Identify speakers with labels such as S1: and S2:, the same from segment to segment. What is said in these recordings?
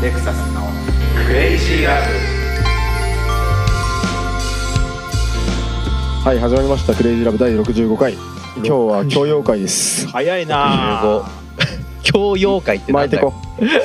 S1: レクサスのクレイジーラブ。
S2: はい、始まりましたクレイジーラブ第65回。今日は教養会です。
S3: 早いな。
S4: 教養会ってなんだよ。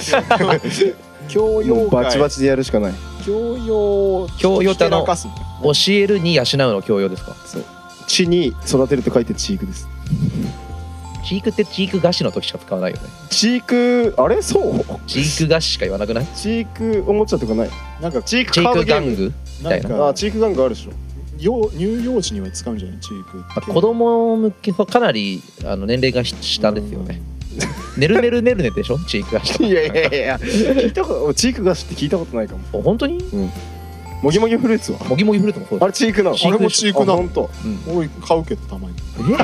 S3: 教養会
S2: バチバチでやるしかない。
S3: 教養
S4: って教えるに養うの教養ですか。
S2: そう、地に育てると書いてチークです。
S4: チークってチーク菓子の時しか使わないよね。
S2: チーク、あれそう
S4: チーク菓子しか言わなくない。
S2: チークおもちゃとかない。なんか
S4: チーク玩具みたいな。
S2: あ、チーク玩具あるでしょ。
S3: 乳幼児には使うんじゃないチーク。
S4: 子供向けはかなり年齢が下ですよね。ねるねるねるねでしょチーク菓子。
S2: いや聞いたことチーク菓子って聞いたことないかも。
S4: 本当に？
S2: もぎもぎフルーツは？
S4: もぎもぎフルーツもそうです。
S2: あれチークなの？
S3: あれもチークなの？
S2: 本当。
S3: 俺買うけどたまに。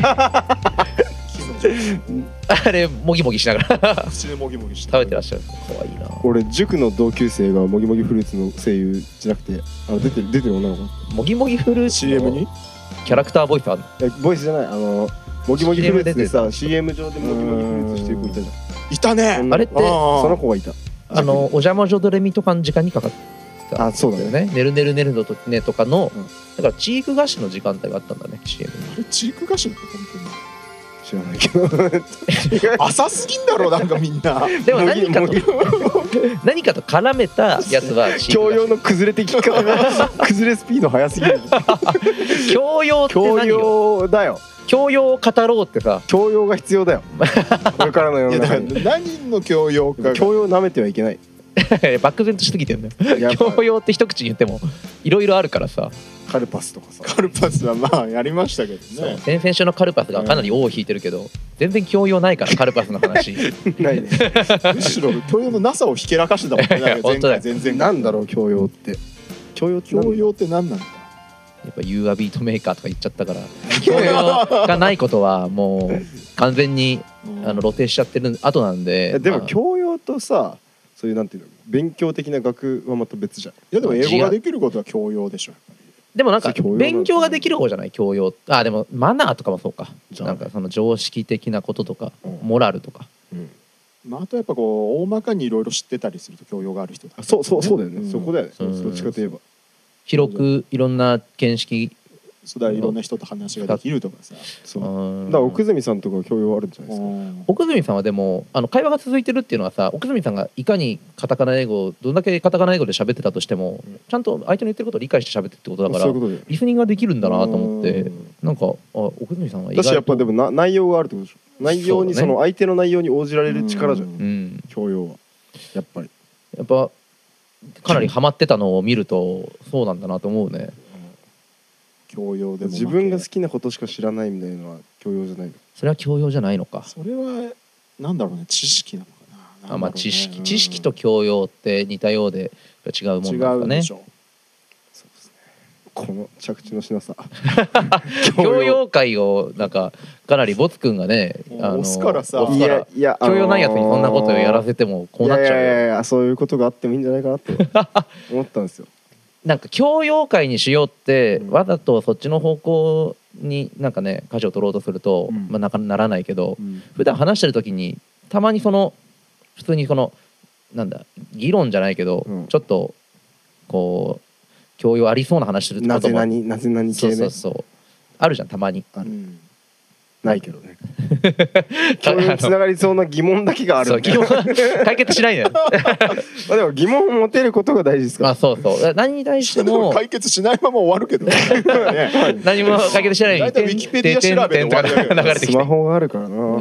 S4: あれもぎもぎしながら
S3: 口でもぎもぎして
S4: 食べてらっしゃる。可愛いな。
S2: 俺塾の同級生がもぎもぎフルーツの声優じゃなくて出てる女の子。
S4: もぎもぎフルーツ
S3: CM に
S4: キャラクターボイスあるの？
S2: ボイスじゃない、もぎもぎフルーツでさ CM 上でもぎもぎフルーツしてる子いたじゃん。
S3: いたね。
S4: あれって
S2: その子がいた。
S4: お邪魔女ドレミとかの時間にかかってた。
S2: あ、そうだよね。
S4: ねるねるねるのとねとかのだからチーク菓子の時間帯があったんだね CM に。
S3: あれチーク菓子の本当に
S2: 知らないけど
S3: 浅すぎんだろなんかみんな。
S4: でも何かと絡めたやつは
S2: 教養の崩れてき方が崩れスピード速すぎる。
S4: 教養って何よ？
S2: 教養だよ。
S4: 教養を語ろうってさ。
S2: 教養が必要だよ。これからの世の中に。
S3: 何の教養か。
S2: 教養舐めてはいけない。
S4: 漠然としすぎてんだよ。教養って一口に言ってもいろいろあるからさ。
S2: カルパスとかさ。
S3: カルパスはまあやりましたけどね。
S4: 先々週のカルパスがかなり尾を引いてるけど、全然教養ないからカルパスの話。
S2: ないね。
S3: むしろ教養のなさをひけらかしてたもんね。
S4: 本当だよ。
S3: 全然。
S2: なんだろう教養って。教養
S3: って何なんだ。
S4: やっぱユーアビートメーカーとか言っちゃったから教養がないことはもう完全に露呈しちゃってる後なんで。
S2: でも教養とさ、そういうなんていうの勉強的な学はまた別じゃん。い
S3: やでも英語ができることは教養でしょ。
S4: でもなんか勉強ができる方じゃない教養。でもマナーとかもそうか。なんかその常識的なこととかモラルとか。
S3: あとやっぱこう大まかにいろいろ知ってたりすると教養がある人だ。
S2: そうだよね。そこだよね。どっちかといえば。
S4: 広くいろんな見識。
S3: そうだ、いろんな人と話ができるとかさ。
S2: そうだから奥住さんとか教養あるんじゃないですか。
S4: 奥住さんはでも会話が続いてるっていうのはさ、奥住さんがいかにカタカナ英語をどんだけカタカナ英語で喋ってたとしてもちゃんと相手の言ってることを理解して喋ってるってことだからリスニングができるんだなと思って、なんか奥住さんは意外と。
S2: だしやっぱでも内容があるってことでしょ。内容にその相手の内容に応じられる力じゃん。教養はやっぱり
S4: かなりハマってたのを見るとそうなんだなと思うね。
S3: 教養でも
S2: 自分が好きなことしか知らないみたいなのは教養じゃないの。
S4: それは教養じゃないのか。
S3: それはなんだろうね、知識なのかな。
S4: まあ知識と教養って似たようで違うもんなんですかね。
S2: そうですね。この着地のしなさ。
S4: 教養会をなんかかなりボツくんがね
S3: 押すからさ。
S4: いや教養ないやつにそんなことをやらせてもこうなっちゃうよ。
S2: いやそういうことがあってもいいんじゃないかなって思ったんですよ。
S4: なんか教養会にしようってわざとそっちの方向になんかね舵を取ろうとするとならないけど、普段話してる時にたまに普通になんだ議論じゃないけどちょっとこう教養ありそうな話するってことも
S2: なぜ何系ね。
S4: そうあるじゃんたまに。
S2: ないけどね。教養につながりそうな疑問だけがある。
S4: そう疑問解決しないのよ。
S2: でも疑問を持てることが大事ですから。
S4: そう何に対しても
S3: 解決しないまま終わるけど
S4: 何も解決してないのに
S3: ウィキペディア調べて終わる
S4: 流れてきて
S2: スマホがあるからな。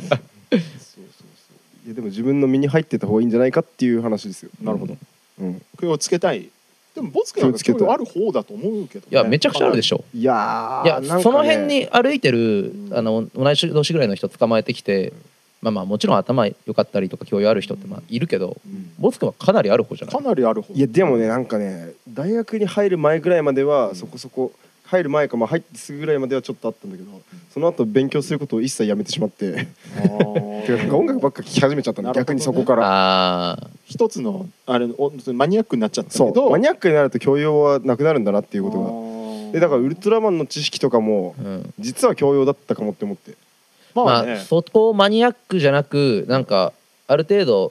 S2: でも自分の身に入ってた方がいいんじゃないかっていう話ですよ。
S3: なるほど。教養つけたい。でもボツケなんか教養ある方だと思うけど。
S4: いやめちゃくちゃあるでしょ。
S2: いや
S4: その辺に歩いてる同じ年ぐらいの人捕まえてきて、もちろん頭良かったりとか教養ある人っているけど、ボツケはかなりある方じゃない。
S3: かなりある方。
S2: いやでもねなんかね大学に入る前ぐらいまではそこそこ。入る前か入ってすぐぐらいまではちょっとあったんだけど、その後勉強することを一切やめてしまって音楽ばっか聴き始めちゃったの。逆にそこから
S3: 一つのマニアックになっちゃったけど、
S2: マニアックになると教養はなくなるんだなっていうことが。でだからウルトラマンの知識とかも実は教養だったかもって思って。
S4: そこマニアックじゃなくなんかある程度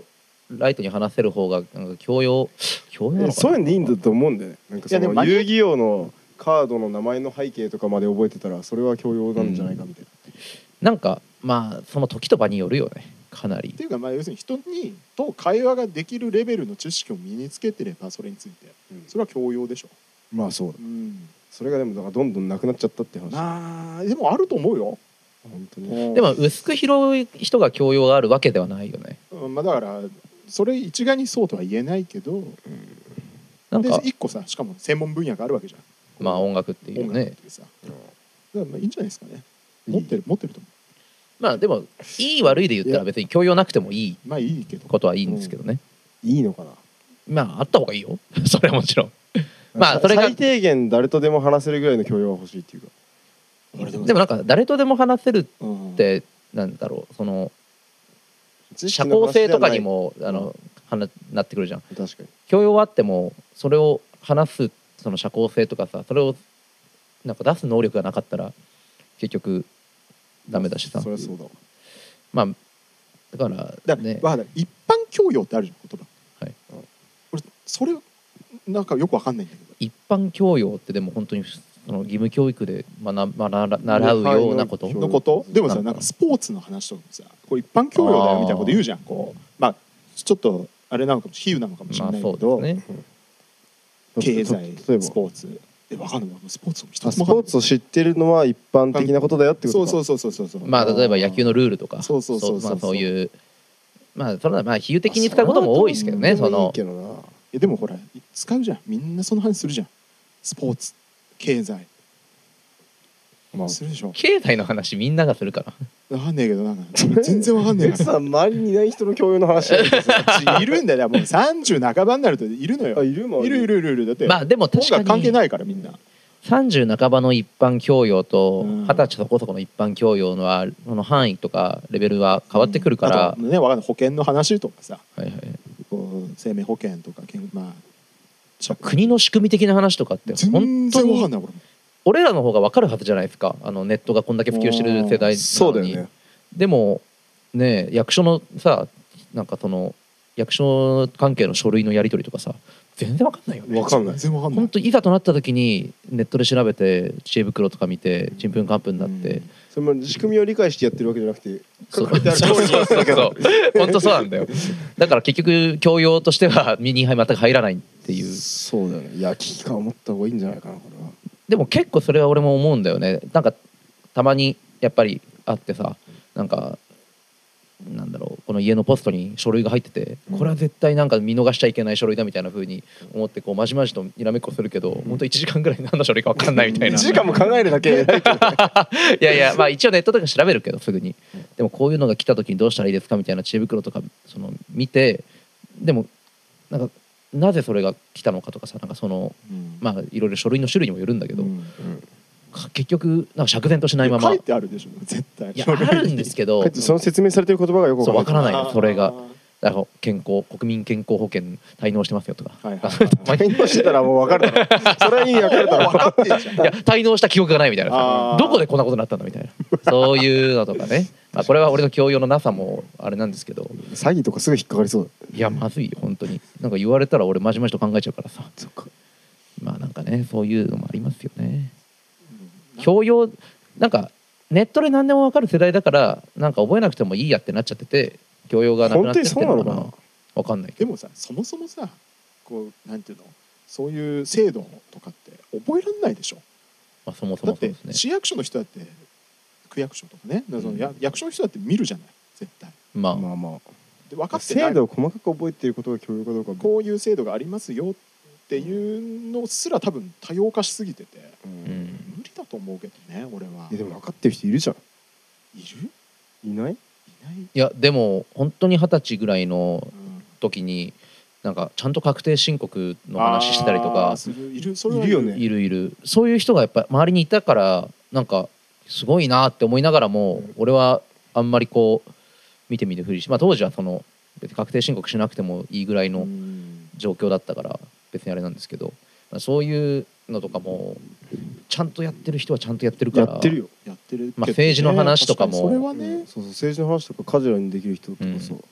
S4: ライトに話せる方がなんか教養なのかな。
S2: そういうのでいいんだと思うんだよね。なんかそ
S3: いやでも
S2: の遊戯王のカードの名前の背景とかまで覚えてたらそれは教養なんじゃないかみたいな。
S4: なんかまあその時と場によるよね、かなり
S3: っていうかまあ要するに人にと会話ができるレベルの知識を身につけてればそれについて、それは教養でしょ。
S2: まあそうだ。
S3: うん
S2: それがでもだからどんどんなくなっちゃったって話。
S3: でもあると思うよ。
S2: 本当に。
S4: でも薄く拾う人が教養があるわけではないよね。
S3: まあだからそれ一概にそうとは言えないけど、
S4: なんか
S3: で一個さしかも専門分野があるわけじゃん。
S4: まあ音楽っていう
S3: 音楽っ
S4: ね。
S3: ていうさ、だからまあいいんじゃないですかね。持ってると思う。
S4: まあでもいい悪いで言ったら別に教養なくてもいい
S3: まあいいけど。
S4: ことはいいんですけどね。
S2: いいのかな。
S4: まああった方がいいよ。それはもちろん。まあそれが
S2: 最低限誰とでも話せるぐらいの教養は欲しいっていうか。
S4: でもなんか誰とでも話せる
S3: うん
S4: ってなんだろう、その社交性とかにもなってくるじゃん。
S2: 確かに。
S4: 教養はあってもそれを話すその社交性とかさ、それをなんか出す能力がなかったら結局ダメだしさ。
S2: そりゃそうだわ。
S4: まあだからね、
S3: まあ一般教養ってあるじゃん言葉。
S4: はい。
S3: 俺それなんかよくわかんないんだけど。
S4: 一般教養ってでも本当にその義務教育で習うようなこと
S3: のことでもさ、
S4: なんか
S3: なんかスポーツの話とかもさ、これ一般教養だよみたいなこと言うじゃん。こうまあちょっとあれなのかも比喩なのかもしれ
S4: まあ
S3: ないけど、
S4: そうですね。
S3: 経済
S2: 例えば
S3: スポーツわかんない。スポーツも一
S2: ス
S3: つもわかんない
S2: ポーツを知ってるのは一般的なことだよってことか。
S3: そう
S4: まあ例えば野球のルールとか、
S3: そう
S4: まあそういうまあそれはまあ比喩的に使うことも多いですけどね。その
S2: いいけどな。
S3: でもほら使うじゃん。みんなその話するじゃん。スポーツ経済
S2: まあ
S3: するでしょ。
S4: 経済の話みんながするから
S3: わかんないけどなんか全然わかんないか
S2: さ周りにいない人の教養の話なんですよ。
S3: らいるんだよ。もう30半ばになるといるのよ。
S2: あいるもん。
S3: いるだって
S4: まあでも確かに
S3: 音楽関係ないからみんな。
S4: 30半ばの一般教養と
S3: うん
S4: 20歳そこそこの一般教養のはその範囲とかレベルは変わってくるから
S3: あとねわかんない保険の話とかさ、
S4: はいはい、
S3: こう生命保険とかまあ
S4: 国の仕組み的な話とかって
S3: 全
S4: 本当に
S3: 然わかんない俺も。
S4: 俺らの方が分かるはずじゃないですか。ネットがこんだけ普及してる世代なのに。
S2: そうだよね。
S4: でもね、役所のさ、なんかその役所関係の書類のやり取りとかさ全然分かんないよね。
S2: わかんない。
S3: 全然わかんない
S4: 本。当いざとなった時にネットで調べて知恵袋とか見てちんぷんかんぷんになって、
S2: それも仕組みを理解してやってるわけじゃなくて
S4: そう
S2: 書かれてある通りにやってたけど。
S4: 本当そうなんだよ。だから結局教養としては身に全く入らないっていう。
S2: そうだよね。いや危機感を持った方がいいんじゃないかなこれは。
S4: でも結構それは俺も思うんだよね。なんかたまにやっぱりあってさ、なんかなんだろう、この家のポストに書類が入ってて、これは絶対なんか見逃しちゃいけない書類だみたいな風に思ってこうまじまじとにらめっこするけど、本当1時間ぐらい何の書類か分かんないみたいな。
S2: 1時間も考えるだけ偉いけどね。
S4: いやいや、まあ一応ネットとか調べるけどすぐに。でもこういうのが来た時にどうしたらいいですかみたいな知恵袋とかその見て、でもなんかなぜそれが来たのかとかさ、なんかそのまあいろいろ書類の種類にもよるんだけど、結局なんか釈然としないまま。
S3: 書いてあるでしょ絶対。
S4: いやあるんですけど、
S2: その説明されてる言葉がよく
S4: そうわからない
S3: あー
S4: のそれが。だから国民健康保険滞納してますよとか。
S3: はいはいはい
S2: 滞納してたらもう分かるだろ。それは意味分かるだろ。
S3: 分かってんじゃん。
S4: いや滞納した記憶がないみたいなさ、
S3: あー
S4: どこでこんなことになったんだみたいな、そういうのとかね。まあこれは俺の教養のなさもあれなんですけど、
S2: 詐欺とかすぐ引っかかりそうだ。
S4: いやまずいよ本当に。なんか言われたら俺まじまじと考えちゃうからさ。
S2: そっか。
S4: まあなんかね、そういうのもありますよね。教養なんかネットで何でも分かる世代だからなんか覚えなくてもいいやってなっちゃってて、教養がなくなってってるのかな
S2: 本当にそうなのか
S4: 分かんないけど。
S3: でもさそもそもさこうなんていうのそういう制度とかって覚えられないでしょ。
S4: まあ、そもそ
S3: だって
S4: もそうですね。
S3: 市役所の人だって区役所とかね、その役所の人だって見るじゃない絶対。
S4: まあ、
S2: まあま
S3: で分か
S2: あ
S3: ってない
S2: 制度を細かく覚えていることが教養かどうか。
S3: こういう制度がありますよっていうのすら多分多様化しすぎてて無理だと思うけどね俺は。
S2: いやでも分かってる人いるじゃん。
S3: いる
S2: いない？
S3: いない、
S4: いやでも本当に20歳ぐらいの
S3: うん
S4: 時になんかちゃんと確定申告の話してたりとか
S3: するいるそれはい
S2: るよね
S4: いるいる。そういう人がやっぱ周りにいたからなんかすごいなって思いながらも、俺はあんまりこう見て見ぬふりし、まあ当時はその別に確定申告しなくてもいいぐらいの状況だったから別にあれなんですけど、そういうのとかもちゃんとやってる人はちゃんとやってるから。
S2: やってるよ。
S3: やってるけどね、
S4: まあ政治の話とかも
S3: 確にそれはね、
S2: そうそう政治の話とかカジュアルにできる人とかさ。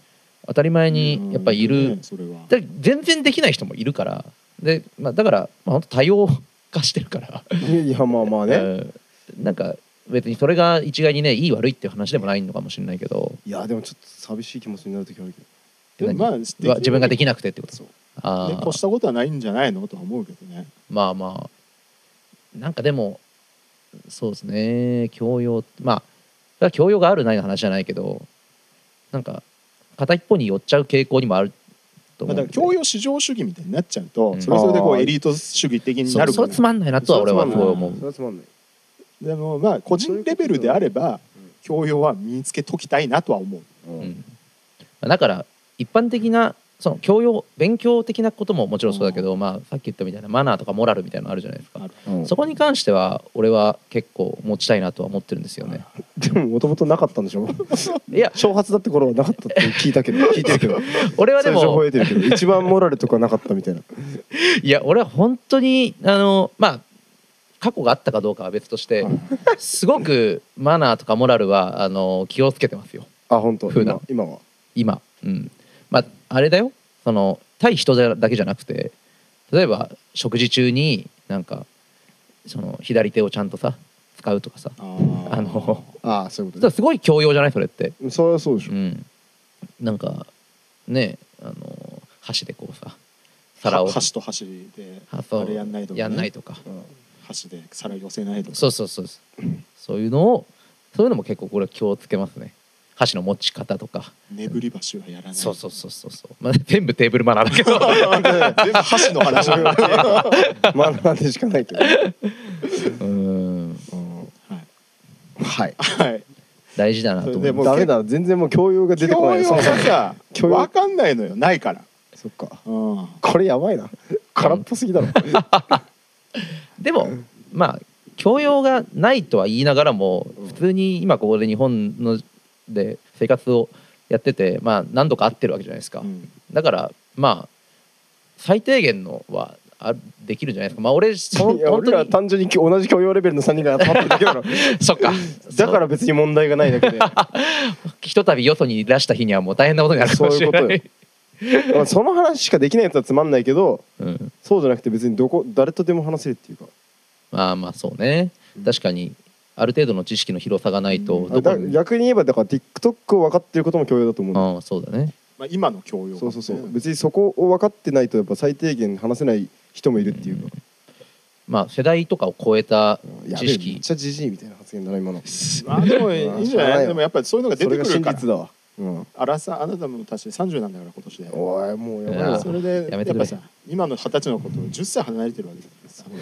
S4: 当たり前にやっぱりいる、
S3: ね、それは
S4: で全然できない人もいるからで、だから、本当多様化してるから
S2: いやまあまあね、
S4: なんか別にそれが一概にねいい悪いっていう話でもないのかもしれないけど、
S2: いやでもちょっと寂しい気持ちになる時あるけ
S3: でもまあ
S4: 自分ができなくてってこと。
S3: そう
S4: あ
S3: ね、越したことはないんじゃないのとは思うけどね。
S4: まあまあなんかでもそうですね、教養まあそれは教養があるないの話じゃないけど、なんか片一方に寄っちゃう傾向にもあると思う
S3: だから教養至上主義みたいになっちゃうと、それはそれでこうエリート主義的になるから
S4: それつまんないなとは俺はそう思う。
S2: それはつまんない。
S3: でもまあ個人レベルであれば教養は身につけときたいなとは思う。
S4: だから一般的なその教養勉強的なことももちろんそうだけど、まあ、さっき言ったみたいなマナーとかモラルみたいなのあるじゃないですか、そこに関しては俺は結構持ちたいなとは思ってるんですよね。
S2: でももともとなかったんでしょ
S4: いや
S2: 挑発だって頃はなかったって聞いてるけど
S4: 俺はでも
S2: そういう情報得てるけど一番モラルとかなかったみたいな。
S4: いや俺は本当にまあ過去があったかどうかは別としてすごくマナーとかモラルは気をつけてますよ。
S2: あ本当
S4: 普段今まああれだよ、その対人だけじゃなくて、例えば食事中になんかその左手をちゃんとさ使うとかさ、
S2: そういうことね。
S4: すごい教養じゃないそれって。
S2: それはそうでしょ。
S4: なんかね箸でこうさ皿を
S3: 箸と箸であれやんないとか、ね、
S4: やんないとか、
S3: 箸で皿寄せないとか、
S4: そういうのも結構これ気をつけますね。箸の持ち方とか、
S3: 眠り箸はやらない。
S4: そう、まあ、全部テーブルマナーだけど
S3: 全部箸の話
S2: マナーでしかないけど
S3: はい
S4: 大事だなと思う。
S2: でもダメだ、全然もう教養が出てこない。
S3: 教養がさ分かんないのよ、ないから。
S2: そっか、これやばいな、空っぽすぎだろ
S4: でもまあ教養がないとは言いながらも、普通に今ここで日本ので生活をやってて、まあ何度か会ってるわけじゃないですか、だからまあ最低限のはできるじゃないですか。まあ俺
S2: 俺ら単純に同じ教養レベルの3人が集まってるだけだろ
S4: そっか、
S2: だから別に問題がないだけで
S4: ひとたびよそに出した日にはもう大変なことになるかもしれない。
S2: そういうことよその話しかできないやつはつまんないけど、そうじゃなくて別に誰とでも話せるっていうか、
S4: まあそうね、確かにある程度の知識の広さがないと、
S2: 逆に言えばだから TikTok を分かってることも教養だと思う。
S4: そうだね、
S3: まあ今の教養、
S2: そう別にそこを分かってないとやっぱ最低限話せない人もいるっていうか、
S4: まあ世代とかを超えた知識。
S2: めっちゃジジイみたいな発言だな今の。
S3: でもいいんじゃない。でもやっぱりそういうのが出てくるから。
S2: それが真実だわ。
S3: あなたも確かに30なんだから今年で。
S2: おいもうやばい。
S3: それで
S4: やめてくれ。
S3: 今の20歳のことを10歳離れてるわけですから。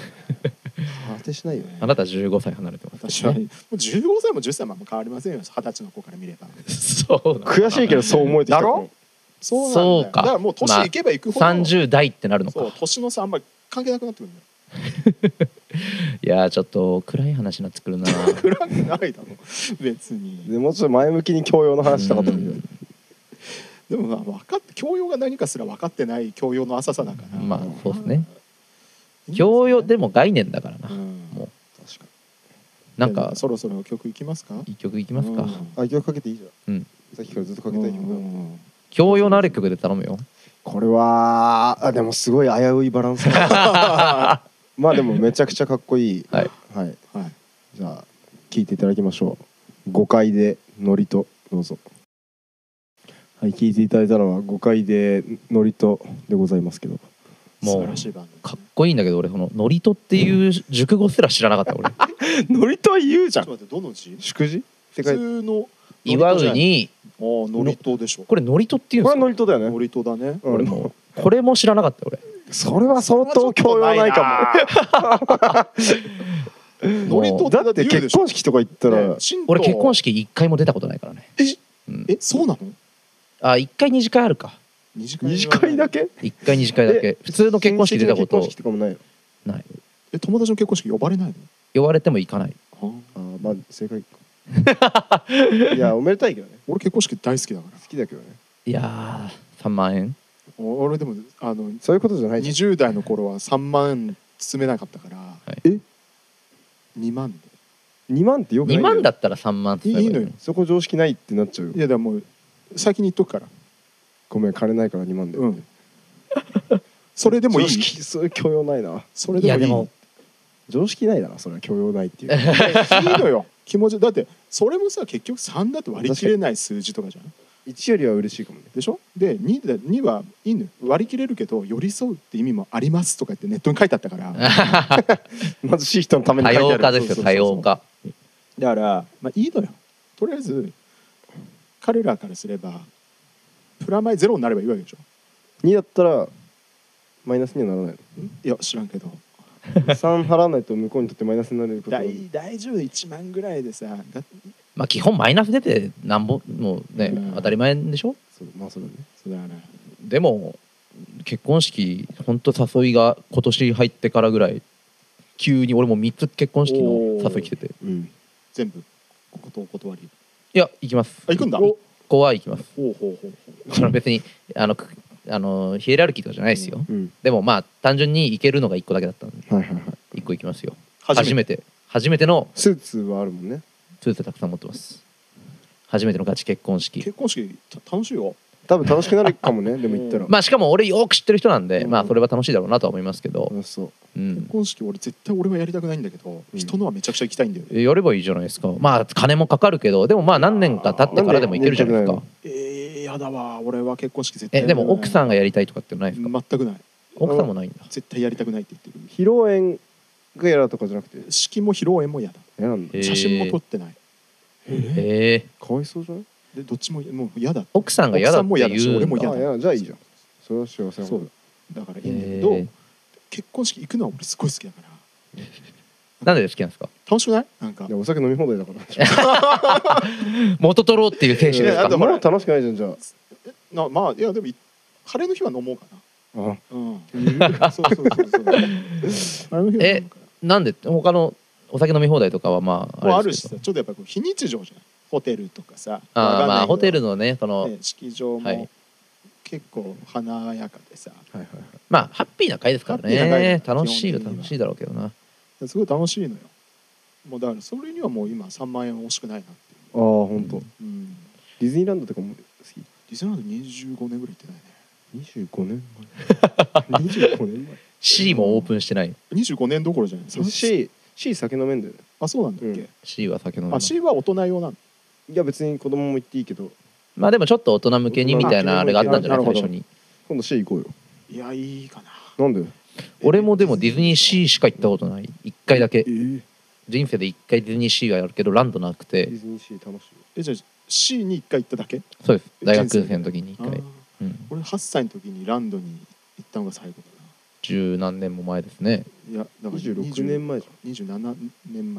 S2: 当てしないよね。
S4: あなた15歳離れてます。
S3: 私はもう15歳も10歳も変わりませんよ、20歳の子から見れば。
S4: そう
S2: 悔しいけどそう思えてきた。
S3: だろ。そうなんだよ。だからもう年いけばいくほど
S4: 30代ってなるのか。
S3: そう、年の差あんまり関係なくなってくるんだよ。
S4: いやちょっと暗い話になってくるな。
S3: 暗くないだろ別に。
S2: でもうちょっと前向きに教養の話したかったんだけど。
S3: でも分かって教養が何かすら分かってない教養の浅さだから。
S4: まあそうですね。教養でも概念だからな。もう
S2: 確かに。
S3: なんかそろそろ曲いきますか。
S4: いい曲いきますか。
S2: 曲かけていいじゃん。さっきからずっとかけたい曲。
S4: 教養のある曲で頼むよ。
S2: これはでもすごい危ういバランス。まあでもめちゃくちゃかっこいい。はい。じゃあ聴いていただきましょう。5階でノリとどうぞ。はい、聴いていただいたのは5階でノリとでございますけど。
S4: もうかっこいいんだけど俺このノリとっていう熟語すら知らなかった俺。
S2: ノリとは言うじゃん。
S3: ちょっと待って、どの字？
S2: 祝辞？
S3: 普通の
S4: 祝うに。
S3: ノリとでしょ。
S4: これノリとっていうんですか。
S2: これノリとだよね。
S3: ノリとだね。
S4: これも知らなかった俺。
S2: それは相当教養ないかも。ノリとだって結婚式とか行ったら、
S4: 俺結婚式1回も出たことないからね。
S3: そうなの？
S4: あ、1回2次会あるか。
S2: 2次会だけ
S4: ？1回2次会だけ。普通の結婚式出たこと
S2: ない。
S3: 友達の結婚式呼ばれないの？
S4: 呼ばれても行かない。
S2: まあ正解か。いやおめでたいけどね。
S3: 俺結婚式大好きだから。
S2: 好きだけどね。
S4: いや3万円。
S3: 俺でも
S2: そういうことじゃない。
S3: 20代の頃は3万円積めなかったから。2万で。
S2: 2万ってよくない。
S4: 2万だったら3万って
S3: いいのよ。
S2: そこ常識ないってなっちゃうよ。
S3: いやでも最近言っとくから。
S2: ごめん金ないから2万で、
S3: うんそれでもいい
S2: 常識そういう許容ないな。
S3: それでもいい
S4: いやでも
S2: 常識ないだなそれは許容ないっていう
S3: いいのよ気持ちだってそれもさ結局3だと割り切れない数字とかじゃん
S2: 1よりは嬉しいかもね。
S3: でしょで 2はいいのよ割り切れるけど寄り添うって意味もありますとか言ってネットに書いてあったから
S2: 貧しい人のために
S4: 多
S2: 書いてある。
S4: 様化ですよ多様化。
S3: だからまあいいのよとりあえず彼らからすればプラマイゼロになればいいわけでしょ
S2: 2だったらマイナスにはならない
S3: いや知らんけど
S2: の3払わないと向こうにとってマイナスになることは
S3: 大丈夫1万ぐらいでさだ
S4: まあ基本マイナス出てなんぼもうね、
S3: うん
S4: 当たり前でしょ。
S2: そうまあそれはね。
S3: そうだから
S4: でも結婚式本当誘いが今年入ってからぐらい急に俺も3つ結婚式の誘い来てて、
S2: うん
S3: 全部ことお断り
S4: いや行きます。
S3: あ行くんだ
S2: お
S4: ここは行きます。
S3: ほうほうほうほう
S4: その別にヒエラルキーとかじゃないですよ、
S2: うん
S4: でもまあ単純に行けるのが1個だけだったんで
S2: はいはいはい
S4: 1個行きますよ。
S3: 初め
S4: 初めての
S2: スーツはあるもんね。
S4: スーツたくさん持ってます。初めてのガチ結婚式。
S3: 結婚式楽しいよ
S2: 多分楽しくなるかもねでも言ったら
S4: まあしかも俺よく知ってる人なんで、
S2: うん
S4: まあそれは楽しいだろうなとは思いますけど、
S2: そう
S4: うん
S3: 結婚式絶対俺はやりたくないんだけど、人のはめちゃくちゃ行きたいんだよね
S4: やればいいじゃないですか。まあ金もかかるけどでもまあ何年か経ってからでも行けるじゃないですか。
S3: やだわ俺は結婚式絶対
S4: でも奥さんがやりたいとかってないですか。
S3: 全くない
S4: 奥さんもないんだ。
S3: 絶対やりたくないって言ってる
S2: 披露宴がやらとかじゃなくて
S3: 式も披露宴も嫌だ
S2: 嫌なんだ。
S3: 写真も撮ってない
S2: かわいそうじゃない。
S3: でどっちももう嫌だ
S4: 奥さんが嫌だって
S3: 奥さんも嫌だし
S4: いう
S3: 俺も嫌だ
S2: あいやじゃあいいじゃん。それは幸せな
S3: そう
S2: こと
S3: だからいいんだけど、結婚式行くのは俺すごい好きだから
S4: なんで好きなんですか。
S3: 楽しくないなんか
S2: いやお酒飲み放題だから。
S4: 元取ろうっていう選手ですか。
S3: いやあと
S2: もう楽しくないじゃんじゃ
S3: まあいやでも晴れの日は飲もうか
S2: あ。
S3: なそうそう晴れの日は飲むから
S4: なんで他のお酒飲み放題とかはまあ
S3: もうあるし
S4: ですけど
S3: さちょっとやっぱこう非日常じゃないホテルとかさ
S4: まあホテル
S3: の、
S4: のねその、
S3: 式場
S4: はい
S3: も結構華やかでさ
S2: はいはいはい。
S4: まあハッピーな会ですから
S3: ハッピーな会
S4: ね。
S3: だ
S4: 楽しいよ
S3: 基本的には
S4: 楽しいだろうけどな。
S3: すごい楽しいのよもうだからそれにはもう今3万円は惜しくないなっていう、
S2: ああ本当。
S3: うん、
S2: ディズニーランドとかも好き。
S3: ディズニーランド25年ぐらい行ってないね
S2: 25年前。25年
S4: C もオープンしてない。
S3: 25年どころじゃない
S2: 前。C 酒飲めんだよね。
S3: あそうなんだっけ、
S2: うん
S4: C は酒飲みます。
S3: C は大人用なの
S2: いや別に子供も行っていいけど
S4: まあでもちょっと大人向けにみたいなあれがあったんじゃない
S3: なるほど
S4: 最初に。
S2: 今度 C 行こうよ。
S3: いやいいかな
S2: なんで？
S4: 俺もでもディズニーシーしか行ったことない1回だけ。
S2: え
S4: 人生で1回ディズニーシーがあるけどランドなくて。
S2: ディズニーシー楽しい。
S3: じゃあ C に1回行っただけ
S4: そうです大学生の時に1回
S3: あー。
S4: うん
S3: 俺8歳の時にランドに行ったのが最後だ
S4: 十何年も前ですね。
S3: ないやだから
S2: 26年前じ
S3: 27年前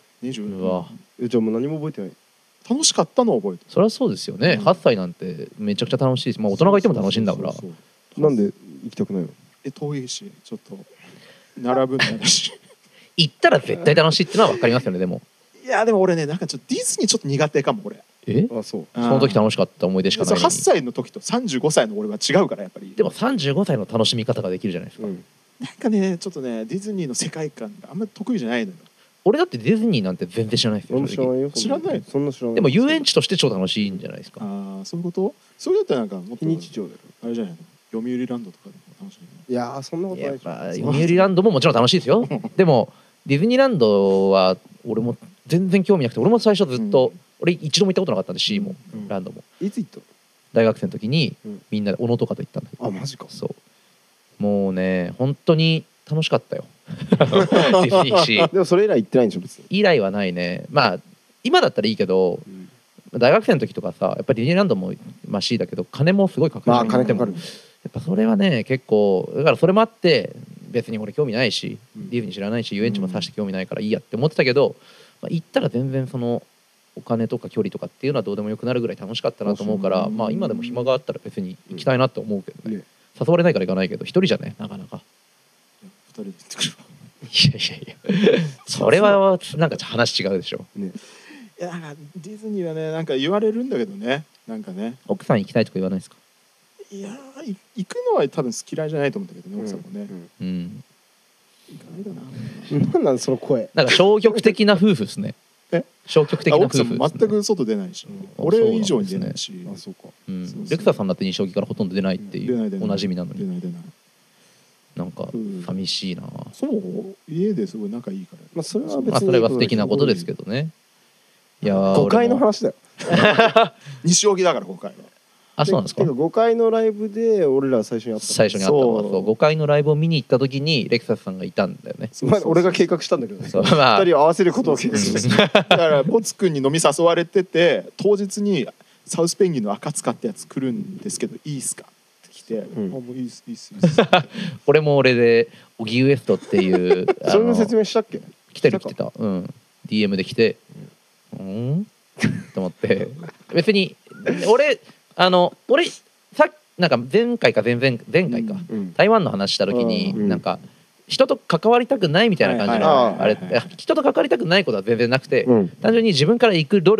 S3: 20
S4: うわ
S2: ゃん。じゃあもう何も覚えてない。
S3: 楽しかったのを覚えてる
S4: そりゃそうですよね。8歳なんてめちゃくちゃ楽しいし、まあ大人がいても楽しいんだから。
S3: そうそうそう
S2: なんで行きたくないの？
S3: 遠いしちょっと並ぶんだし
S4: 行ったら絶対楽しいってのは分かりますよねでも。
S3: いやでも俺ねなんかちょっとディズニーちょっと苦手かも俺
S2: あそう。
S4: その時楽しかった思い出しかないのに。
S3: 8歳の時と35歳の俺は違うからやっぱり
S4: でも35歳の楽しみ方ができるじゃないですか。
S2: うん。
S3: なんかねちょっとねディズニーの世界観があんまり得意じゃないのよ
S4: 俺だってディズニーなんて全然知らないですよ
S2: 俺も知らないよ。
S3: 知らない
S2: そんな知らない。
S4: でも遊園地として超楽しいんじゃないですか。
S3: ああそういうことそれだったらなんかもっと
S2: 非日常だよ。
S3: あれじゃないの読売ランドとかでも楽しい
S2: いやーそんなことな
S4: やっ
S2: いじゃん。
S4: ぱ読売ランドももちろん楽しいですよ。でもディズニーランドは俺も全然興味なくて、俺も最初ずっと、俺一度も行ったことなかったんで C も、
S3: うん
S4: ランドも
S2: いつ行った
S4: 大学生の時に
S2: うん
S4: みんなで小野とかと行ったんだけど、
S2: あマジか。
S4: そうもうね本当に楽しかったよディズニーシー
S2: でもそれ以来行ってないんでしょ別に。
S4: 以来はないね。まあ今だったらいいけど
S2: うん
S4: 大学生の時とかさやっぱりディズニーランドもまあ C だけど金もすごいかかる
S2: まあ金かかる。
S4: やっぱそれはね結構だからそれもあって別に俺興味ないし、
S2: うん
S4: ディズニー知らないし遊園地もさして興味ないからいいやって思ってたけど、まあ、行ったら全然そのお金とか距離とかっていうのはどうでもよくなるぐらい楽しかったなと思うから、
S3: うん
S4: まあ今でも暇があったら別に行きたいなって思うけどね、
S2: ね
S4: 誘われないから行かないけど一人じゃねなかなか
S3: 2人で行ってくるわ
S4: いやそれはなんか話違うでしょ。
S2: ね。
S3: いやなんかディズニーはねなんか言われるんだけどねなんかね
S4: 奥さん行きたいとか言わないですか。
S3: いや行くのは多分嫌いじゃないと思うんだけどね奥さんもね、
S2: うん
S4: うん
S3: 行かないかな
S2: なんなんその声。
S4: なんか消極的な夫婦ですね。 消極的な夫
S3: 奥さん
S4: 婦
S3: も全く外出ないし、俺以上に出ないし、
S2: あそうか
S4: レクサさんだって西荻からほとんど出ないっていう
S3: 出ない出ない
S4: おなじみなのに
S3: 出ない出ない。
S4: なんか寂しいな。
S3: そう家ですごい仲いいから、
S2: まあそれは別に
S4: まあそれは素敵なことですけどね。いやー
S2: 誤解の
S4: 俺も
S2: 話だよ。
S3: 西荻だから今回は。
S4: あ、そうなんですか。
S2: てか5回のライブで俺ら最初に会った。
S4: 最初に会ったのは
S3: そう
S4: そう5回のライブを見に行った時にレクサスさんがいたんだよね。
S3: そうそうそう
S2: 俺が計画したんだけどね。
S4: そうまあ
S2: 2人を合わせることを計画して
S3: だからポツ君に飲み誘われてて、当日にサウスペンギンの赤塚ってやつ来るんですけどいいっすかって来て、
S2: ん
S3: あもういいっすいいっすいいっす
S4: 俺も俺でオギウエストっていう
S2: それの説明したっけ？
S4: 来てた、DM で来てと思って別に俺なんか前回か、
S2: うん
S4: 台湾の話した時に、
S2: うん
S4: なんか人と関わりたくないみたいな感じの、
S3: はい
S2: はい
S4: あれ人と関わりたくないことは全然なくて、
S2: うん
S4: 単純に自分から行く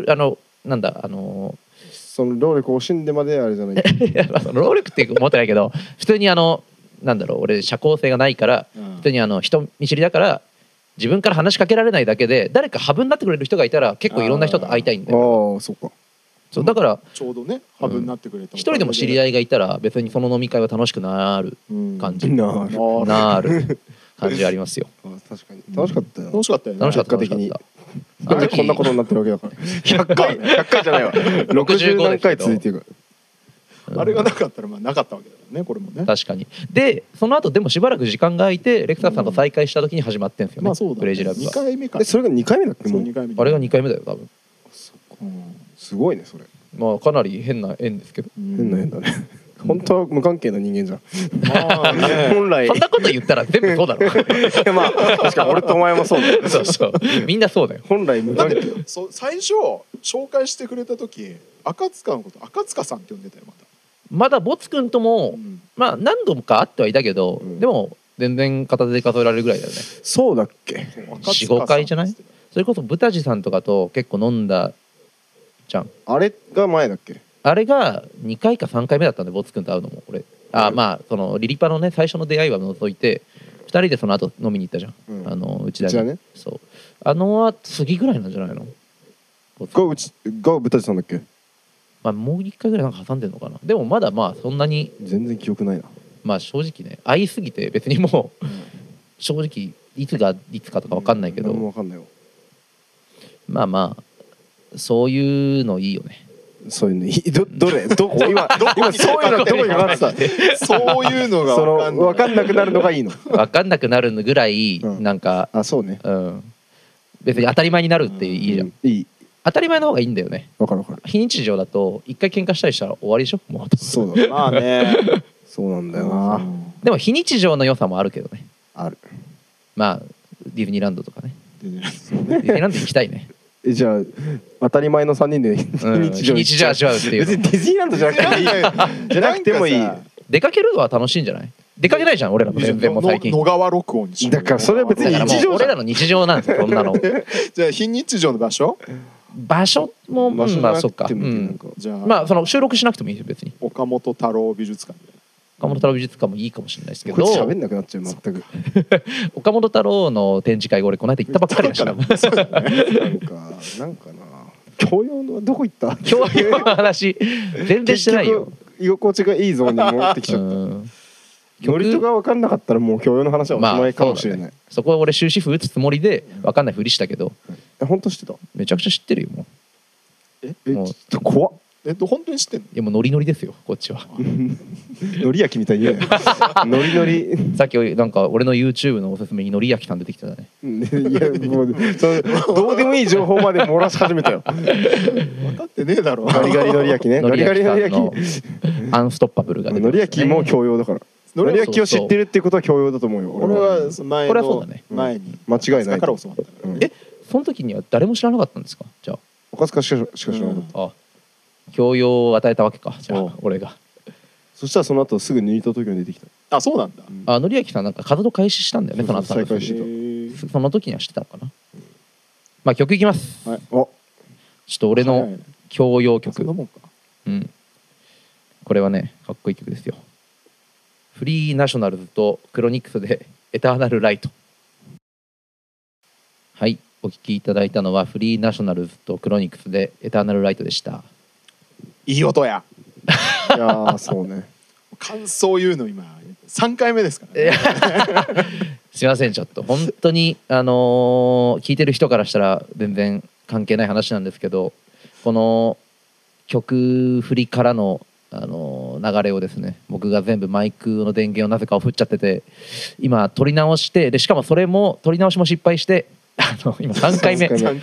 S2: その労力を惜しんでまであれじゃない。
S4: いやまあその労力って思ってないけど普通に俺社交性がないから普通に人見知りだから自分から話しかけられないだけで誰かハブになってくれる人がいたら結構いろんな人と会いたいんだよ。
S2: ああそっか。
S4: そうだから
S3: ちょうどねハブになってくれた、
S4: 一人でも知り合いがいたら別にその飲み会は楽しくなる感じ
S2: なる
S4: なる感じありますよ。
S2: あ確かに楽しかったよ。
S3: 楽しかったよね。
S4: 楽しかった
S2: 結果的に
S4: あの時
S2: こんなことになってるわけだから。100回じゃないわ。60何回続いてるか
S3: あれがなかったらまあなかったわけだからねこれもね。
S4: 確かに。でその後でもしばらく時間が空いてレクサスさんと再会した時に始まってんですよね、
S3: まあそうだ、
S4: ブレイジラブ
S3: 2
S4: が。
S3: 回目か
S2: ら。それが2回目だっけ
S3: そう
S2: もう。
S3: 2回目
S4: あれが2回目だよ多分。
S2: すごいねそれ。
S4: まあかなり変な縁ですけど。
S2: 変な変だね。本当は無関係な人間じゃん。
S3: まあね
S2: 本来
S4: そんなこと言ったら全部そうだろ。
S2: まあ確かに俺とお前もそうだよ。
S4: そうそうみんなそうだよ。
S2: 本来無
S3: だって
S2: 関係。
S3: 最初紹介してくれた時赤塚のこと赤塚さんって呼んでたよまた。
S4: まだボツくんとも、まあ何度か会ってはいたけど、でも全然片手で数えられるぐらいだよね。
S2: そうだっけ。
S4: 4,5 回じゃない？それこそブタジさんとかと結構飲んだじゃん。
S2: あれが前だっけ。
S4: あれが2回か3回目だったんでボツくんと会うのも俺まあそのリリパのね最初の出会いは除いて2人でその後飲みに行ったじゃん、内田に
S2: 内田ね。
S4: そう次ぐらいなんじゃないの？
S2: がブタジさんだっけ。
S4: まあもう1回ぐらいなんか挟んでんのかな。でもまだまあそんなに
S2: 全然記憶ないな。
S4: まあ正直ね会いすぎて別にもう正直いつがいつかとか分かんないけど、
S2: 何もわかんないよ。
S4: まあまあそういうのいいよね。
S2: そういうのどれどこ今そういうのどこにかかってた。
S3: そういうのが
S2: その
S3: 分かんない
S2: 分かんなくなるのがいいの。
S4: 分かんなくなるぐらいなんか、
S2: あそうね。
S4: 別に当たり前になるっていいじゃん、
S2: いい。
S4: 当たり前の方がいいんだよね。
S2: わかるわかる。
S4: 非日常だと一回喧嘩したりしたら終わりでしょもう。
S2: そうだ。
S3: まあね
S2: そうなんだよな。
S4: でも非日常の良さもあるけどね。
S2: ある。
S4: まあディズニーランドとかね。
S3: でね
S4: ディズニーランド行きたいね。
S2: じゃあ当たり前の3人で
S4: 非日常味わうっていう
S2: 別にディズニーランドじゃなくてもいい。じゃなくてもいい。
S3: なんかさ
S4: 出かけるのは楽しいんじゃない？出かけないじゃん俺らも全然もう最近。
S3: 野川録音にしようよ
S2: だからそれは別に
S4: だからもう
S2: 日常じゃん
S4: 俺らの日常なんですよそんなの。
S3: じゃあ非日常の場所
S4: 場所も
S2: 場所
S4: まあそっか。
S2: なくてもいいなんか
S3: じゃあ、
S4: まあその収録しなくてもいいですよ別に。
S3: 岡本太郎美術館で
S4: 岡本太郎美術館もいいかもしれないですけ
S2: こいつ喋
S4: ど、
S2: んなくなっちゃう全く。
S4: 岡本太郎の展示会俺この間行ったばっかりだしな。
S2: なんかな。教養のどこ行った？
S4: 今日の話全然してないよ。
S2: 結局居心地がいいゾーンに戻ってきちゃった。ノリとが分かんなかったらもう教養の話はおしまいかもしれない。
S4: そこは俺終止符打つつもりで分かんないふりしたけど、
S2: 本当知ってた？
S4: めちゃくちゃ知ってるよもう。もう
S2: ちょっと怖っ。
S3: 本当に知ってんの？
S4: いやもうノリノリですよこっちは。
S2: のり焼きみたいに言うなよ。ノリノリ。
S4: さっきなんか俺の YouTube のおすすめにのり焼きさん出てきてたね。
S2: いやもうどうでもいい情報まで漏らし始めたよ。
S3: 分かってねえだろ
S2: ガリガリのり焼きね。
S4: のり
S2: ガリガリ
S4: 焼きさん
S2: のり焼
S4: のアンストッパブルが
S2: き。
S4: 出て
S2: のり
S4: きて
S2: 焼きも教養だから。のり焼きを知ってるってことは教養だと思うよ。
S3: 俺はその前
S4: これはそう
S3: の
S4: だね
S3: 前に
S2: 間違いない
S3: だから教わったから
S2: うん
S4: その時には誰も知らなかったんですかじゃあ。
S2: おかずかしか知らなかった。
S4: あ教養を与えたわけかじゃ
S3: そう
S4: あ俺が。
S2: そしたらその後すぐ抜いた時に出てきた。
S3: あそうなんだ
S4: のり焼きさんなんか活動開始したんだよねその後
S2: 再開してた。
S4: その時には知ってたのかな。まあ曲いきます。
S3: はい
S2: お
S4: ちょっと俺の教養曲、
S3: そんなもんか
S4: これはねかっこいい曲ですよ。フリーナショナルズとクロニクスでエターナルライト。はいお聴きいただいたのはフリーナショナルズとクロニクスでエターナルライトでした。
S3: いい音や。
S2: いやーそうね。
S3: 感想言うの今3回目ですからね。
S4: すいません、ちょっと本当に聞いてる人からしたら全然関係ない話なんですけど、この曲振りからの流れをですね、僕が全部マイクの電源をなぜかを振っちゃってて、今撮り直して、でしかもそれも撮り直しも失敗して、今3回目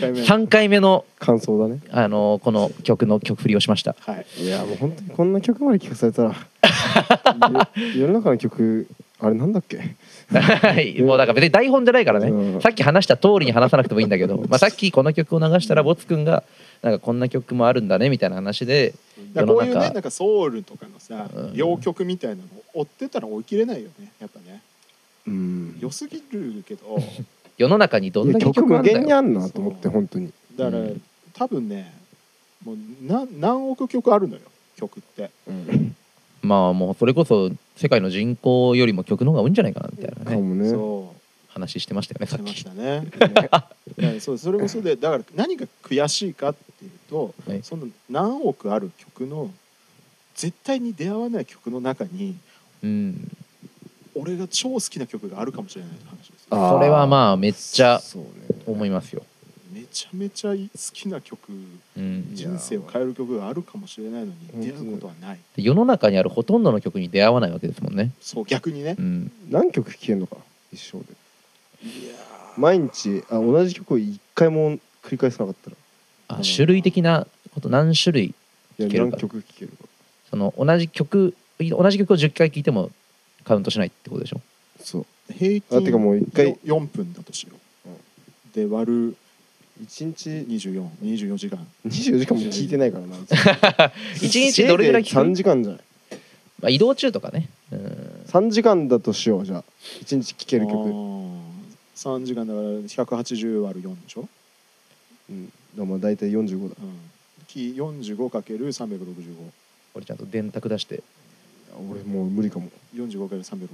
S4: 3回目の
S2: 感想だね。
S4: この曲の曲振りをしました。
S3: はい。
S2: いやもう本当にこんな曲まで聞かされたら世の中の曲あれなんだっけ。
S4: はいもうだから別に台本じゃないからね、
S2: うん、
S4: さっき話した通りに話さなくてもいいんだけど、まあ、さっきこの曲を流したらボツくんがなんかこんな曲もあるんだねみたいな話で、
S3: だこういうねなんかソウルとかのさ、
S4: うん
S3: 洋曲みたいなの追ってたら追い切れないよねやっぱね。良すぎるけど
S4: 世の中にどんだけ
S2: 曲無
S4: 曲あるんだよ。
S2: 限にあんなと思って本当に。
S3: だから、多分ねもう何億曲あるのよ曲って、
S4: まあもうそれこそ世界の人口よりも曲の方が多いんじゃないかなみたいなね、
S2: かもね。
S3: そう
S4: 話してましたよねさっき。
S3: してましたね。そうそれもそうで、だから何が悔しいかっていうと、
S4: はい
S3: その何億ある曲の絶対に出会わない曲の中に、俺が超好きな曲があるかもしれないって話ですよ。
S4: それはまあめっちゃ
S2: そうね。
S4: 思いますよ。
S3: めちゃめちゃ好きな曲、人生を変える曲があるかもしれないのに出会うことはない。
S4: 世の中にあるほとんどの曲に出会わないわけですもんね。
S3: そう逆にね、
S2: 何曲聴けるのか一生で。
S3: いや
S2: 毎日同じ曲を一回も繰り返さなかったら。
S4: 種類的なこと何種類聴けるか。
S2: 何曲聴けるか。
S4: その同じ曲を10回聴いてもカウントしないってことでしょ。
S2: そう。
S3: 平均
S2: てかもう1回
S3: 4分だとしよう、で割る
S2: 1日
S3: 24時間
S2: 24時間も聞いてないからな。
S4: 1日どれぐらい聴く？
S2: 3時間じゃない。
S4: まあ、移動中とかね。
S2: 3時間だとしよう。じゃあ1日聴ける曲。
S3: 3時間だから180割る4でしょ。
S2: まあ大体45だ。
S3: 45×365。
S4: 俺ちゃんと電卓出して。
S2: 俺もう無理かも。
S3: 45×365。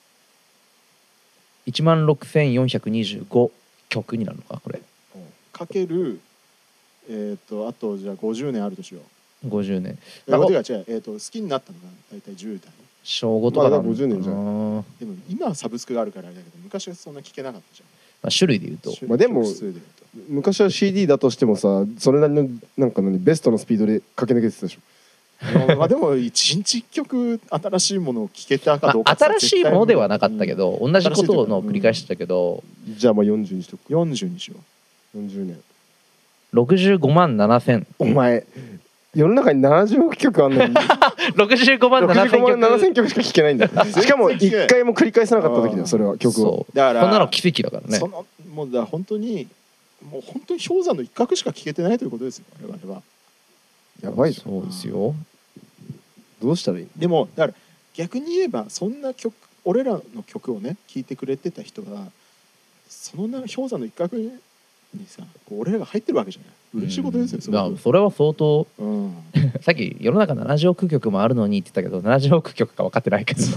S4: 16,425曲になるのかこれ。
S3: かけるあとじゃあ50年あるとしよう。
S4: 50年。
S3: 違う、好きになったのが大体10代。
S4: 小5とか
S2: だ50年じゃん。
S3: でも今はサブスクがあるからあれだけど、昔はそんな聞けなかったじゃん。
S4: まあ種類で言うと。
S2: まあでも昔は CD だとしてもさ、それなりのなんかベストのスピードで駆け抜けてたでしょ。
S3: まあでも一日一曲新しいものを聴けたかどうか、
S4: 新しいものではなかったけど、同じことの繰り返してたけど、
S2: じゃあまあ40にしとく。
S3: 40にしよ
S2: う。40年。
S4: 65万7000。
S2: お前世の中に70億曲あんのに
S4: 65万
S2: 7000曲しか聴けないんだ。しかも1回も繰り返さなかった時だよそれは曲を。
S3: だから
S4: こんなの奇跡だからね。
S3: もうだから本当に氷山の一角しか聴けてないということですよ我々は。
S2: やばいぞ。
S4: そうですよ。
S2: どうしたらいい？
S3: でもだから逆に言えばそんな曲、俺らの曲をね聴いてくれてた人がその氷山の一角にさ俺らが入ってるわけじゃない。嬉しいことですよ。
S4: それは相当、さっき世の中70億曲もあるのにって言ったけど70億曲か分かってないけどい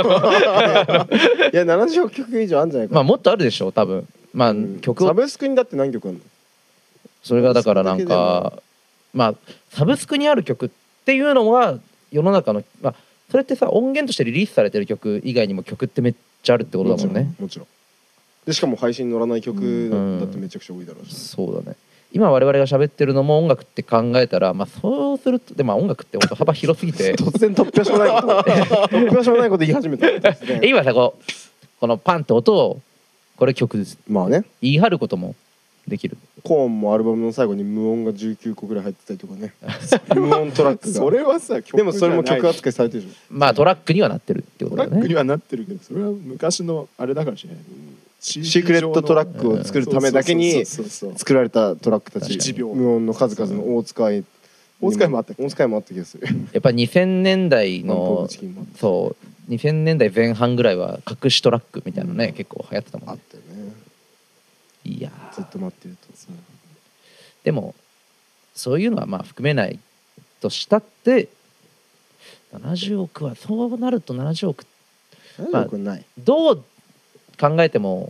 S2: や70億曲以上あるんじゃないか。
S4: まあもっとあるでしょ多分。まあ曲を
S2: サブスクにだって何曲あるの？
S4: それがだからなんかまあサブスクにある曲っていうのは世の中のまあそれってさ音源としてリリースされてる曲以外にも曲ってめっちゃあるってことだもんね。
S2: もちろん。でしかも配信に乗らない曲だってめちゃくちゃ多いだろうし。
S4: そうだね。今我々が喋ってるのも音楽って考えたら、まあそうするとでも音楽って本当幅広すぎて
S2: 突然突拍子もないこと突拍子もないこと言い始めた。
S4: 今さこのパンって音をこれ曲です。
S2: まあね。
S4: 言い張ることもできる。
S2: コーンもアルバムの最後に無音が19個ぐらい入ってたりとかね。無音トラックが。
S3: それはさ曲
S2: でもそれも曲扱いされてるじゃん。
S4: まあトラックにはなってるってことだよね。
S3: トラックにはなってるけどそれは昔のあれだからしね。
S2: シークレットトラックを作るためだけに作られたトラックたち、無音の数々の大使いもあった気がする。
S4: やっぱ2000年代のそう2000年代前半ぐらいは隠しトラックみたいなのね、結構流行ってたもんね。
S2: あったよね。
S4: いや
S2: ずっと待ってると。
S4: でもそういうのはまあ含めないとしたって70億はそうなると70億
S2: 70億ない。
S4: どう考えても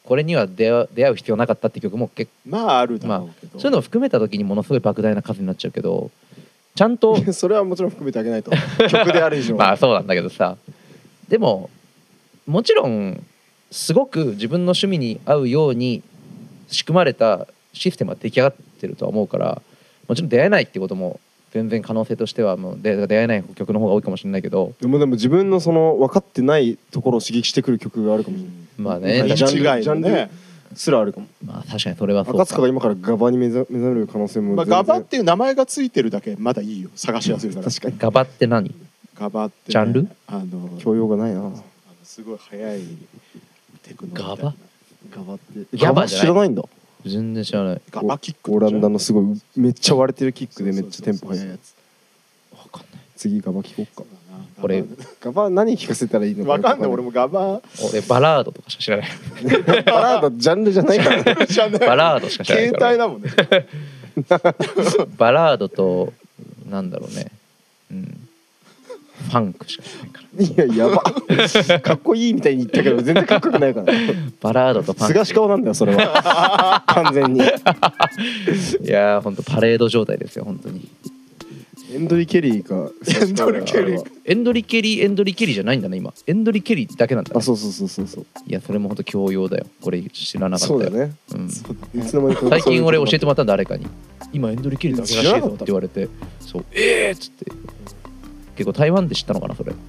S4: これには出会う必要なかったって曲も結構
S3: まああるだろうけど、
S4: そういうのを含めた時にものすごい莫大な数になっちゃうけど、ちゃんと
S2: それはもちろん含めてあげないと曲である以上
S4: まあそうなんだけどさ、でももちろんすごく自分の趣味に合うように仕組まれたシステムは出来上がってるとは思うから、もちろん出会えないってことも全然可能性としてはもう出会えない曲の方が多いかもしれないけど、
S2: でも自分のその分かってないところを刺激してくる曲があるかもしれない、
S4: まあね、
S2: ジャンル
S3: 違いのね、
S2: すらあるかも。
S4: まあ確かにそれはそう
S2: 赤塚が
S4: か。
S2: 今からガバに目覚める可能性も
S3: まあ、
S2: 全然
S3: ガバっていう名前がついてるだけまだいいよ、探しやすいから。
S2: 確かに
S4: ガバって何？
S3: ガバって、ね、
S4: ジャンル
S2: 教養がないな。
S3: すごい速いテクノみたいな。
S4: ガバ
S2: ガバって
S4: ガバじゃない
S2: 知らないんだ。
S4: 全然知らない。
S3: ガバキック
S2: オランダのすごいめっちゃ割れてるキックでめっちゃテンポ速いやつ。
S4: わかんない。
S2: 次ガバ聞こうか。
S4: これ
S2: ガバ何聞かせたらいいのか
S3: わかんない。俺もガバ
S4: 俺バラードとかしか知らない。
S2: バラードジャンルじゃないからね。
S3: じゃね
S4: バラードしか知らない
S3: 携
S4: から
S3: 帯だもんね。
S4: バラードとなんだろうね、ファンクしか知らないから。
S2: いややばかっこいいみたいに言ったけど全然かっこよくないから。
S4: バラードとファンク。
S2: 菅氏顔なんだよそれは完全に。
S4: いやー本当パレード状態ですよ本当に。
S2: エンドリケリーか。
S3: エンドリケリーか
S4: エンドリケリーじゃないんだね今。エンドリケリーだけなんだ、ね。
S2: あそうそう。
S4: いやそれも本当教養だよ。これ知らなかったよ。
S2: そうだね。
S4: うん、
S2: いつの間にか
S4: 最近俺教えて
S2: も
S4: もらったんだ誰かに。今エンドリケリーだけらしいぞって言われて、そうっつって結構台湾で知ったのかなそれ。い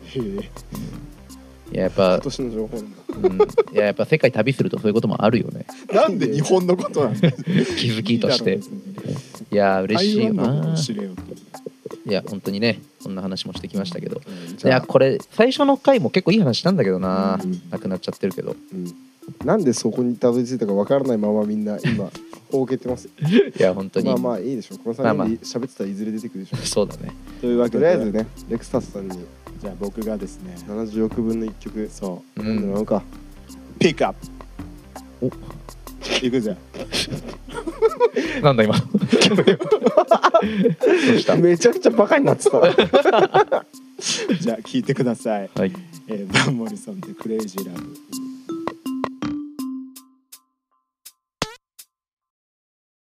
S4: ややっぱ
S2: 今年の情報なんだ。
S4: いややっぱ世界旅するとそういうこともあるよね。
S3: なんで日本のことなんだよ。
S4: 気づきとして。いや嬉しいよな。
S3: 知れよって。
S4: いや本当にねこんな話もしてきましたけど、
S2: じゃあ
S4: いやこれ最初の回も結構いい話したんだけどな、
S2: うん
S4: なくなっちゃってるけど。
S2: なんでそこにたどり着いたかわからないままみんな今ほうけてますよ。
S4: いや本当に、
S2: まあいいでしょう。この
S4: まあまあ
S2: 3人で喋ってたらいずれ出てくるでしょう。
S4: そうだね。
S3: というわけ
S2: と
S3: で
S2: りあえずねレクサスさんに
S3: じゃあ僕がですね、
S2: 70億分の1曲
S3: そう
S4: う
S2: なんでなのか。
S3: ピックアップ
S4: お
S3: いくぜ。
S4: なんだ今どうした
S2: めちゃくちゃバカになってた。
S3: じゃあ聞いてください。
S4: はい
S3: バンモリソンでクレイジーラブ。